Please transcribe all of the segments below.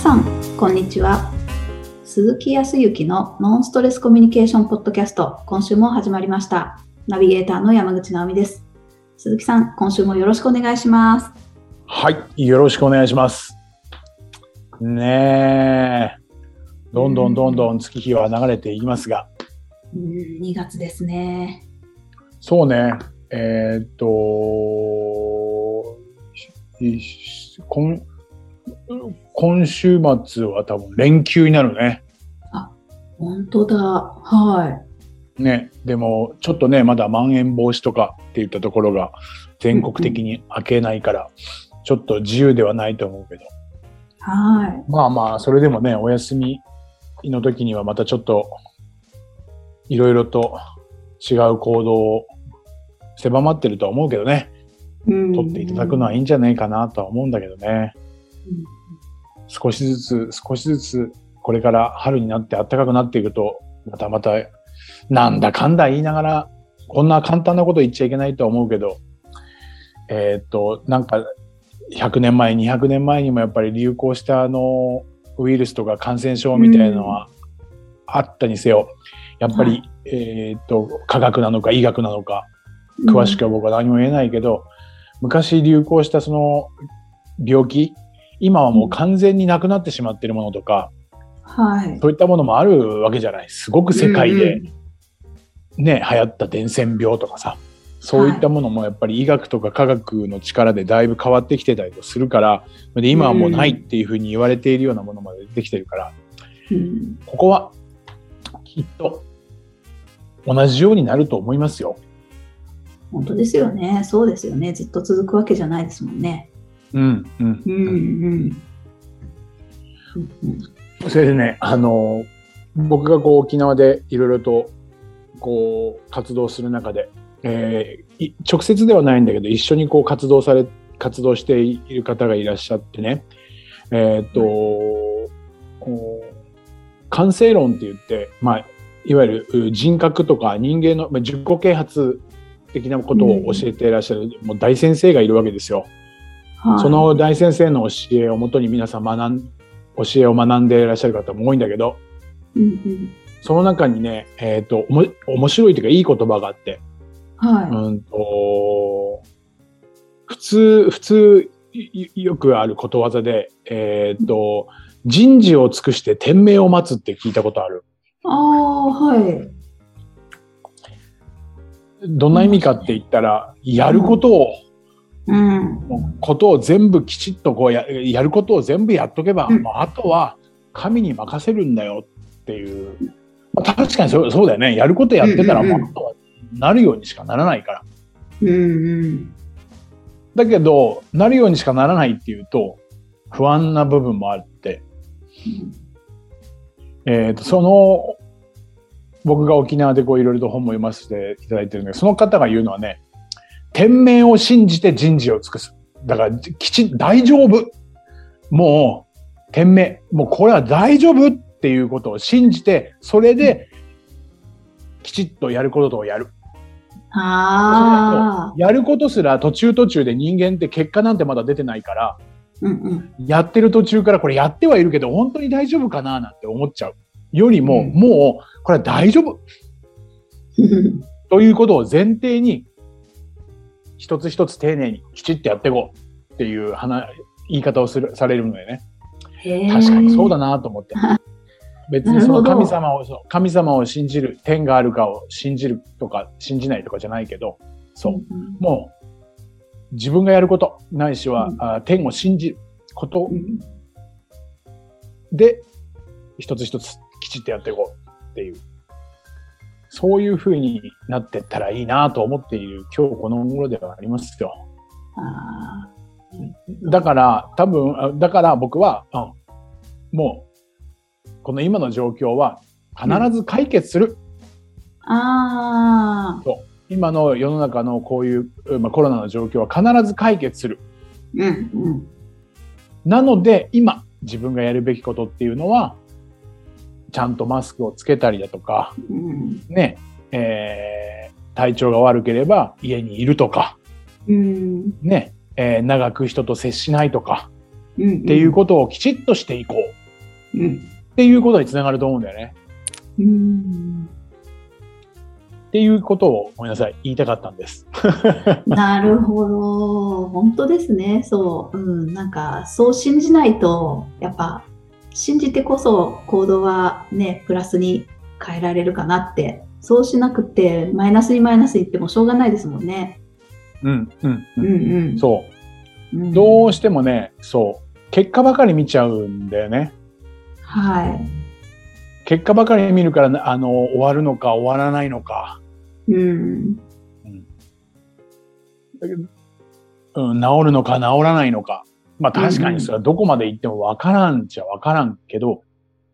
さんこんにちは。鈴木康之のノンストレスコミュニケーションポッドキャスト、今週も始まりました。ナビゲーターの山口直美です。鈴木さん、今週もよろしくお願いします。 はい、よろしくお願いします。ねえ、どんどん月日は流れていきますが、 2月ですね。 そうね、今週末は多分連休になるね。 あ、本当だ。はい。 ね、でもちょっとね、まだまん延防止とかっていったところが全国的に明けないから、ちょっと自由ではないと思うけど。 はい。 まあ、それでもね、お休みの時にはまたちょっといろいろと違う行動を狭まってるとは思うけどね、取っていただくのはいいんじゃないかなとは思うんだけどね。少しずつこれから春になって暖かくなっていくと、またなんだかんだ言いながら、こんな簡単なこと言っちゃいけないとは思うけど、なんか100年前200年前にもやっぱり流行したウイルスとか感染症みたいなのはあったにせよ、やっぱり、科学なのか医学なのか詳しくは僕は何も言えないけど、昔流行したその病気、今はもう完全になくなってしまっているものとか、そういったものもあるわけじゃない。すごく世界でね、流行った伝染病とかさ、そういったものもやっぱり医学とか科学の力でだいぶ変わってきてたりするから、で今はもうないっていうふうに言われているようなものまで出てきてるから、ここはきっと同じようになると思いますよ。 本当ですよね。そうですよね。ずっと続くわけじゃないですもんね。 それでね、僕がこう沖縄でいろいろとこう活動する中で、直接ではないんだけど一緒にこう活動している方がいらっしゃってね、感性論って言って、いわゆる人格とか人間の自己啓発的なことを教えていらっしゃる、もう大先生がいるわけですよ。その大先生の教えをもとに皆さん教えを学んでいらっしゃる方も多いんだけど、その中にね、面白いというかいい言葉があって、普通よくあることわざで、人事を尽くして天命を待つって聞いたことある？どんな意味かって言ったら、やることを全部きちっとこうやることを全部やっとけば、あとは神に任せるんだよっていう。確かにそうだよね。やることやってたら、あとはなるようにしかならないから。だけどなるようにしかならないっていうと不安な部分もあって、僕が沖縄でこういろいろと本も読ませていただいてるんだけど、その方が言うのはね、天命を信じて人事を尽くす。だから大丈夫。もう天命、もうこれは大丈夫っていうことを信じて、それできちっとやることをやる。やることすら途中で人間って結果なんてまだ出てないから、やってる途中からこれやってはいるけど本当に大丈夫かななんて思っちゃうよりも、もうこれは大丈夫ということを前提に一つ一つ丁寧にきちっとやっていこうっていう言い方をされるのでね、確かにそうだなと思って。別にその神様を信じる、天があるかを信じるとか信じないとかじゃないけど、もう自分がやることないしは、天を信じることで一つ一つきちっとやっていこうっていう、そういう風になっていったらいいなと思っている今日この頃ではありますよ。だから僕は、もうこの今の状況は必ず解決する。今の世の中のこういう、コロナの状況は必ず解決する。なので今自分がやるべきことっていうのは、ちゃんとマスクをつけたりだとか、体調が悪ければ家にいるとか、長く人と接しないとか、 っていうことをきちっとしていこうっていうことにつながると思うんだよね。っていうことをごめんなさい、言いたかったんです。 なるほど。本当ですね。そう。なんか、そう信じないと、やっぱ、信じてこそ行動はね、プラスに変えられるかなって。そうしなくて、マイナスにマイナスいってもしょうがないですもんね。 そう。どうしてもね、そう。結果ばかり見ちゃうんだよね。 はい。 結果ばかり見るから、終わるのか終わらないのか。だけど、治るのか治らないのか。まあ確かにそれはどこまで行っても分からんじゃ分からんけど、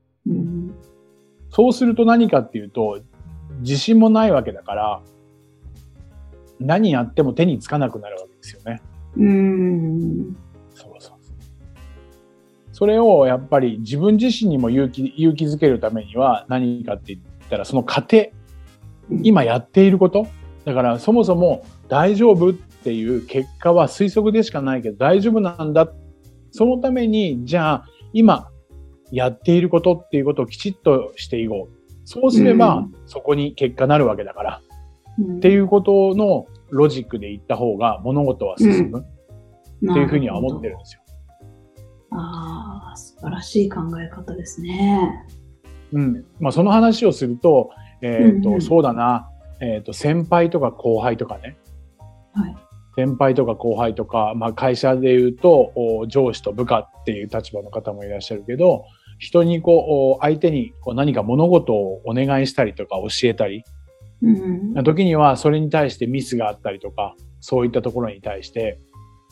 そうすると何かっていうと、自信もないわけだから、何やっても手につかなくなるわけですよね。そうそう。それをやっぱり自分自身にも勇気づけるためには何かって言ったら、その過程、今やっていること。だからそもそも大丈夫っていう結果は推測でしかないけど大丈夫なんだ。そのために、じゃあ今やっていることっていうことをきちっとしていこう。そうすればそこに結果なるわけだから。っていうことのロジックで言った方が物事は進むっていうふうには思ってるんですよ。 素晴らしい考え方ですね。 まあその話をすると、そうだな、先輩とか後輩とかね。先輩とか後輩とか、まあ会社で言うと上司と部下っていう立場の方もいらっしゃるけど、人に相手に何か物事をお願いしたりとか教えたり、時にはそれに対してミスがあったりとか、そういったところに対して、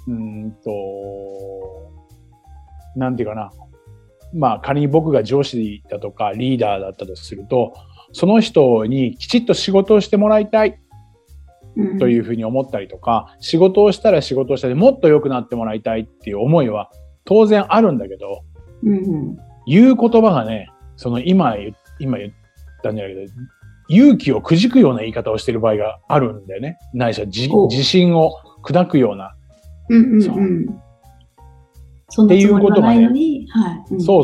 なんていうかな。まあ仮に僕が上司だとかリーダーだったとすると、その人にきちっと仕事をしてもらいたいというふうに思ったりとか、仕事をしたら仕事をしたでもっと良くなってもらいたいっていう思いは当然あるんだけど、言う言葉がね、その今言ったんじゃないけど、勇気をくじくような言い方をしている場合があるんだよね。ないしは自信を砕くような。 っていうことがね、 そう、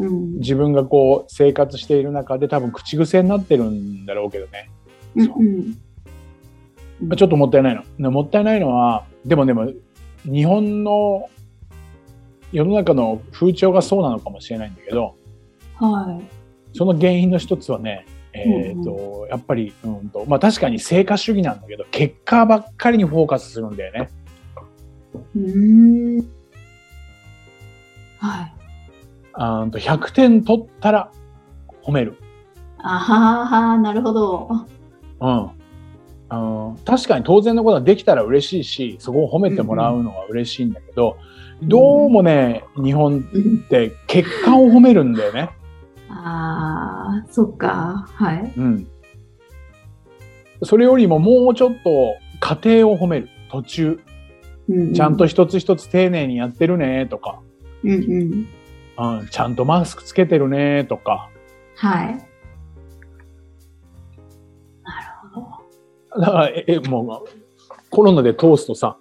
自分が生活している中で多分口癖になってるんだろうけどね。ちょっともったいないの。もったいないのは、でも日本の世の中の風潮がそうなのかもしれないんだけど、その原因の一つはね、やっぱり、まあ確かに成果主義なんだけど、結果ばっかりにフォーカスするんだよね。100点取ったら褒める。 なるほど。 確かに当然のことはできたら嬉しいし、そこを褒めてもらうのは嬉しいんだけど、どうもね、日本って結果を褒めるんだよね。 そっか。 それよりももうちょっと過程を褒める。途中。ちゃんと一つ一つ丁寧にやってるねとか。ちゃんとマスクつけてるねとか。 なるほど。 だからもうコロナで通すとさ、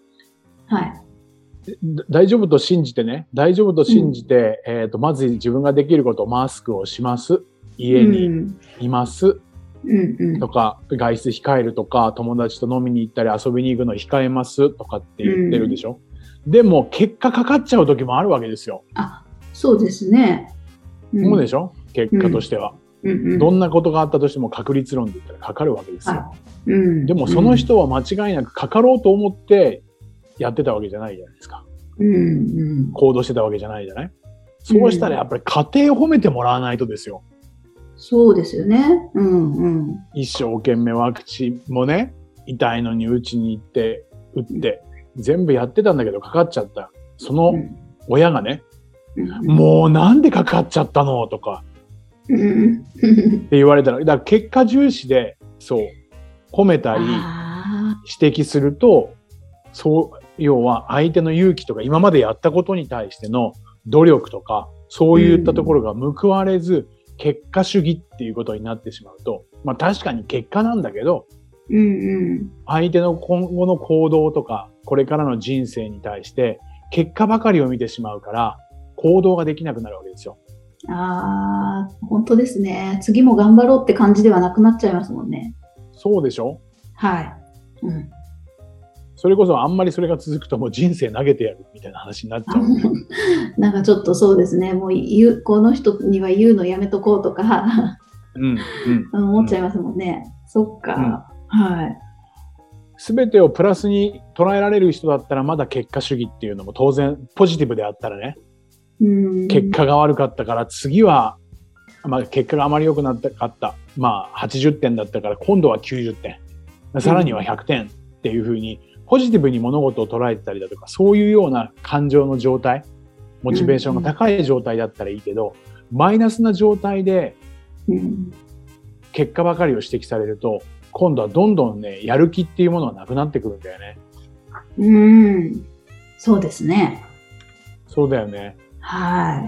大丈夫と信じてね、大丈夫と信じて、まず自分ができること、マスクをします、家にいます、とか、外出控えるとか、友達と飲みに行ったり遊びに行くの控えますとかって言ってるでしょ。でも結果かかっちゃう時もあるわけですよ。 そうですね。 そうでしょ、結果としては。どんなことがあったとしても確率論で言ったらかかるわけですよ。でもその人は間違いなくかかろうと思ってやってたわけじゃないじゃないですか。行動してたわけじゃないじゃない。そうしたらやっぱり家庭を褒めてもらわないとですよ。 そうですよね。 一生懸命ワクチンもね、痛いのに打ちに行って打って全部やってたんだけどかかっちゃった。その親がね、もうなんでかかっちゃったのとかって言われたら、だから結果重視で褒めたり指摘すると、要は相手の勇気とか今までやったことに対しての努力とかそういったところが報われず、結果主義っていうことになってしまうと、まあ確かに結果なんだけど、相手の今後の行動とかこれからの人生に対して結果ばかりを見てしまうから行動ができなくなるわけですよ。 本当ですね。次も頑張ろうって感じではなくなっちゃいますもんね。 そうでしょ？ はい。 それこそあんまりそれが続くともう人生投げてやるみたいな話になっちゃう。 なんかちょっとそうですね。もうこの人には言うのやめとこうとか思っちゃいますもんね。そっか。はい。 すべてをプラスに捉えられる人だったらまだ結果主義っていうのも当然ポジティブであったらね。結果が悪かったから次は、結果があまり良くなかった。80点だったから今度は90点。さらには100点っていうふうにポジティブに物事を捉えてたりだとか、そういうような感情の状態、モチベーションが高い状態だったらいいけど、マイナスな状態で結果ばかりを指摘されると、今度はどんどんね、やる気っていうものがなくなってくるんだよね。 そうですね。 そうだよね。 はい。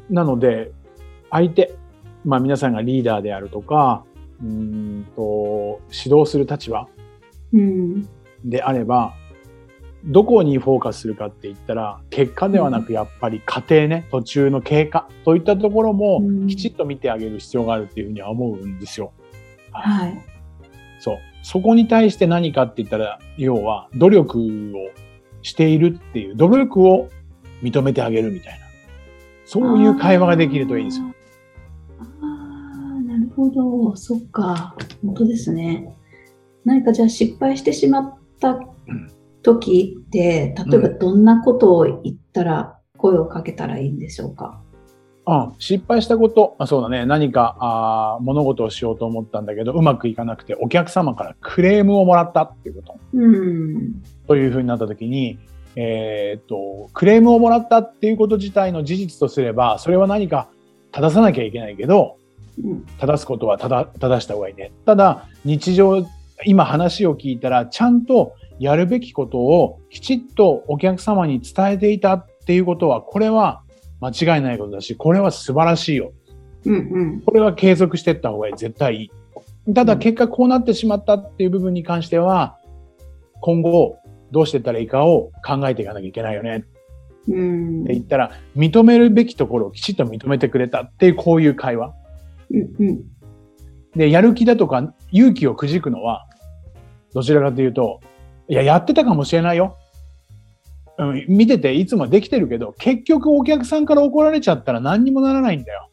なので、相手、皆さんがリーダーであるとか、指導する立場であれば、どこにフォーカスするかって言ったら、結果ではなくやっぱり過程ね、途中の経過といったところもきちっと見てあげる必要があるっていうふうには思うんですよ。 はい。 そこに対して何かって言ったら、要は努力をしているっていう、努力を認めてあげるみたいな。そういう会話ができるといいですよ。 なるほど。そっか。本当ですね。何かじゃあ失敗してしまった時って、例えばどんなことを言ったら、声をかけたらいいんでしょうか？ 失敗したこと、そうだね。何か物事をしようと思ったんだけど、うまくいかなくて、お客様からクレームをもらったっていうこと。というふうになった時に、クレームをもらったっていうこと自体の事実とすれば、それは何か正さなきゃいけないけど、正すことは正した方がいいね。ただ、日常、今話を聞いたら、ちゃんとやるべきことをきちっとお客様に伝えていたっていうことは、これは間違いないことだし、これは素晴らしいよ。これは継続していった方がいい。絶対いい。ただ、結果こうなってしまったっていう部分に関しては、今後どうしていったらいいかを考えていかなきゃいけないよね。って言ったら、認めるべきところをきちっと認めてくれたっていう、こういう会話。で、やる気だとか勇気をくじくのは、どちらかというと、やってたかもしれないよ。見てていつもできてるけど、結局お客さんから怒られちゃったら何にもならないんだよ。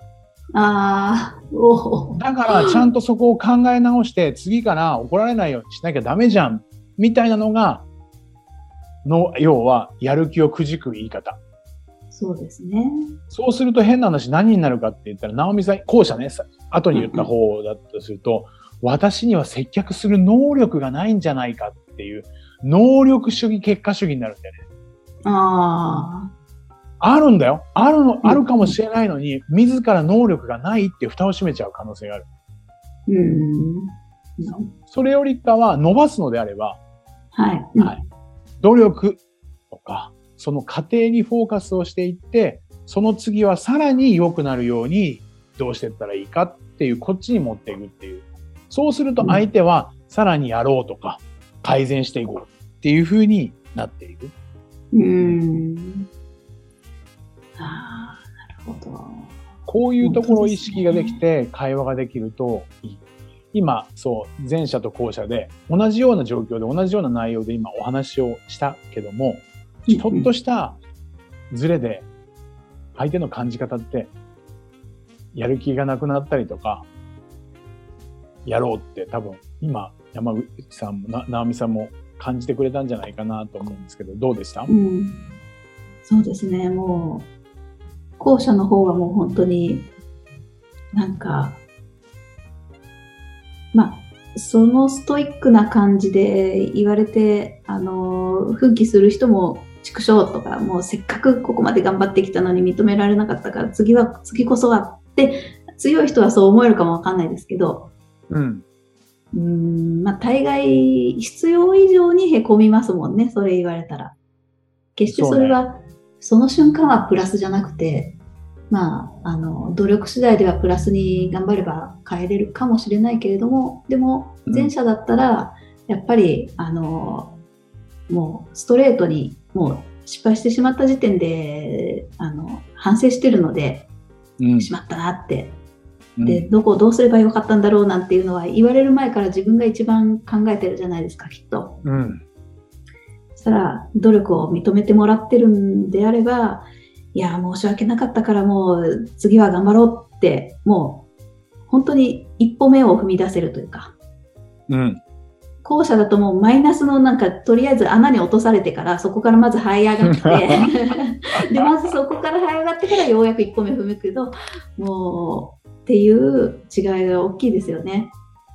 だからちゃんとそこを考え直して、次から怒られないようにしなきゃダメじゃん。みたいなのが、要はやる気をくじく言い方。 そうですね。 そうすると変な話、何になるかって言ったら、直美さん、後者ね、後に言った方だとすると、私には接客する能力がないんじゃないかっていう、能力主義、結果主義になるんだよね。あるんだよ。あるかもしれないのに、自ら能力がないって蓋を閉めちゃう可能性がある。それよりかは伸ばすのであれば、努力とか、その過程にフォーカスをしていって、その次はさらに良くなるようにどうしていったらいいかっていう、こっちに持っていくっていう。そうすると相手はさらにやろうとか、改善していこうっていう風になっていく。 なるほど。 こういうところを意識ができて会話ができるといい。今、前者と後者で同じような状況で同じような内容で今お話をしたけども、ちょっとしたズレで相手の感じ方ってやる気がなくなったりとか、やろうって多分今山口さんも直美さんも感じてくれたんじゃないかなと思うんですけど、どうでした？ そうですね。もう後者の方はもう本当になんかそのストイックな感じで言われて奮起する人も畜生とか、もうせっかくここまで頑張ってきたのに認められなかったから次こそはって強い人はそう思えるかもわかんないですけど、大概必要以上にへこみますもんね。それ言われたら決してそれはその瞬間はプラスじゃなくて、努力次第ではプラスに頑張れば変えれるかもしれないけれども、でも前者だったらやっぱりもうストレートにもう失敗してしまった時点で反省してるので、しまったなって、でどこをどうすればよかったんだろうなんていうのは言われる前から自分が一番考えてるじゃないですか、きっと。そしたら努力を認めてもらってるんであれば、いや申し訳なかったからもう次は頑張ろうって、もう本当に一歩目を踏み出せるというか、後者だともうマイナスのとりあえず穴に落とされてから、そこからまず這い上がってでまずそこから這い上がってからようやく一歩目踏むけど、もうっていう違いが大きいですよね。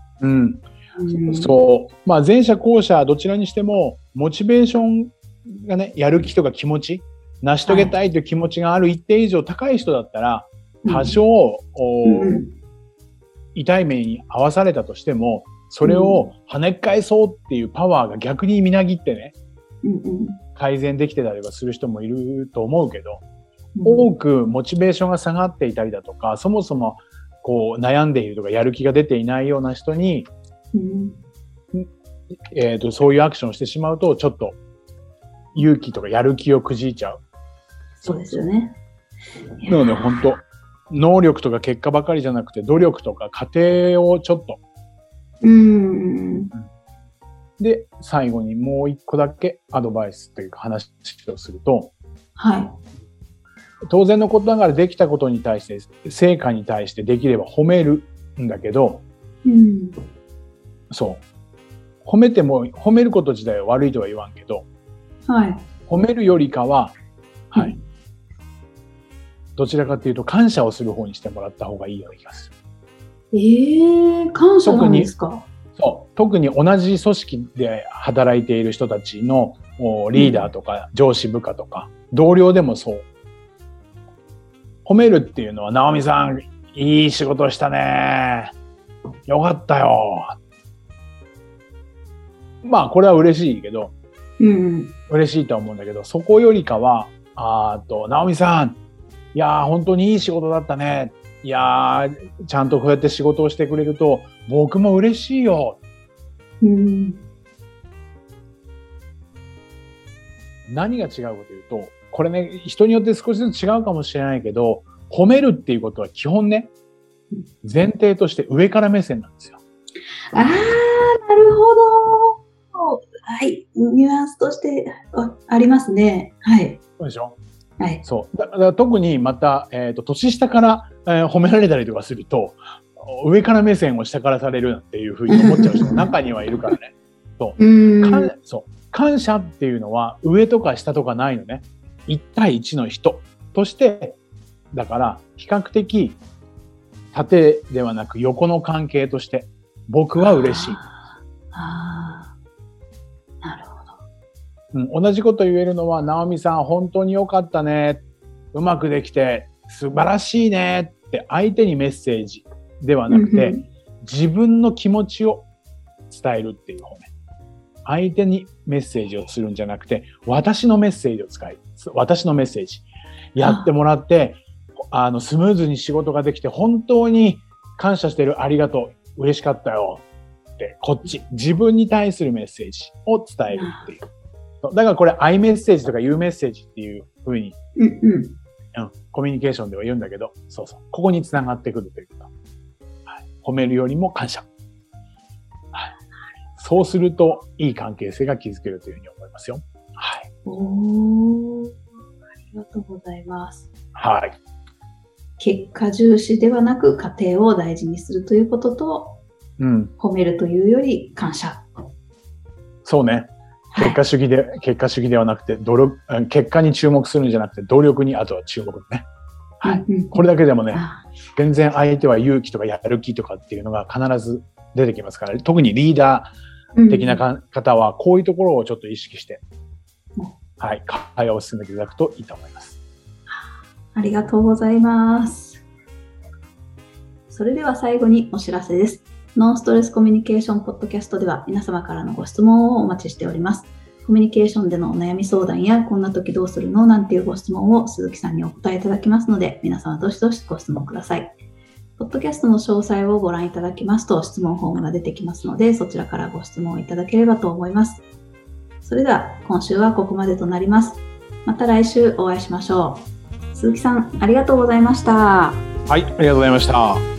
そう。前者後者どちらにしてもモチベーションがね、やる気とか気持ち、成し遂げたいという気持ちがある一定以上高い人だったら、多少、痛い目に遭わされたとしても、それを跳ね返そうっていうパワーが逆にみなぎってね、改善できてたりはする人もいると思うけど、多くモチベーションが下がっていたりだとか、そもそもこう悩んでいるとかやる気が出ていないような人に、そういうアクションをしてしまうと、ちょっと勇気とかやる気をくじいちゃう。 そうですよね。 なので本当、能力とか結果ばかりじゃなくて、努力とか過程をちょっと。で、最後にもう一個だけアドバイスというか話をすると、当然のことながらできたことに対して、成果に対してできれば褒めるんだけど、そう。褒めること自体は悪いとは言わんけど、褒めるよりかは、どちらかというと感謝をする方にしてもらった方がいいような気がする。 感謝なんですか？ 特に同じ組織で働いている人たちのリーダーとか上司部下とか同僚でもそう。褒めるっていうのは、直美さん、いい仕事したね。よかったよ。これは嬉しいけど、嬉しいとは思うんだけど、そこよりかは、直美さん、いやー、本当にいい仕事だったね。いやー、ちゃんとこうやって仕事をしてくれると、僕も嬉しいよ。何が違うかというと、これね、人によって少しずつ違うかもしれないけど、褒めるっていうことは基本ね、前提として上から目線なんですよ。 なるほど。ニュアンスとしてありますね。 そうでしょ？ そう。だから特にまた、年下から、褒められたりとかすると、上から目線を下からされるなんていうふうに思っちゃう人も中にはいるからね。感謝っていうのは上とか下とかないのね。1対1の人として、だから比較的縦ではなく横の関係として僕は嬉しい。 なるほど。 同じこと言えるのは、直美さん本当に良かったね。うまくできて素晴らしいねって相手にメッセージではなくて、自分の気持ちを伝えるっていう方ね。相手にメッセージをするんじゃなくて、私のメッセージを使い、私のメッセージやってもらって、スムーズに仕事ができて本当に感謝してる、ありがとう、嬉しかったよって、こっち、自分に対するメッセージを伝えるっていう。だからこれ、アイメッセージとかユーメッセージっていう風に、コミュニケーションでは言うんだけど、ここに繋がってくるということ。褒めるよりも感謝。そうすると、いい関係性が築けるというふうに思いますよ。ありがとうございます。 結果重視ではなく、過程を大事にするということと、褒めるというより感謝。 そうね。結果主義ではなくて、結果に注目するんじゃなくて、努力にあとは注目ね。これだけでもね、全然相手は勇気とかやる気とかっていうのが必ず出てきますから、特にリーダー的な方はこういうところをちょっと意識して、会話を進めていただくといいと思います。 ありがとうございます。それでは最後にお知らせです。ノンストレスコミュニケーションポッドキャストでは皆様からのご質問をお待ちしております。コミュニケーションでのお悩み相談や、こんな時どうするのなんていうご質問を鈴木さんにお答えいただきますので、皆様どしどしご質問ください。ポッドキャストの詳細をご覧いただきますと、質問フォームが出てきますので、そちらからご質問いただければと思います。それでは今週はここまでとなります。 また来週お会いしましょう。鈴木さん、ありがとうございました。 はい、ありがとうございました。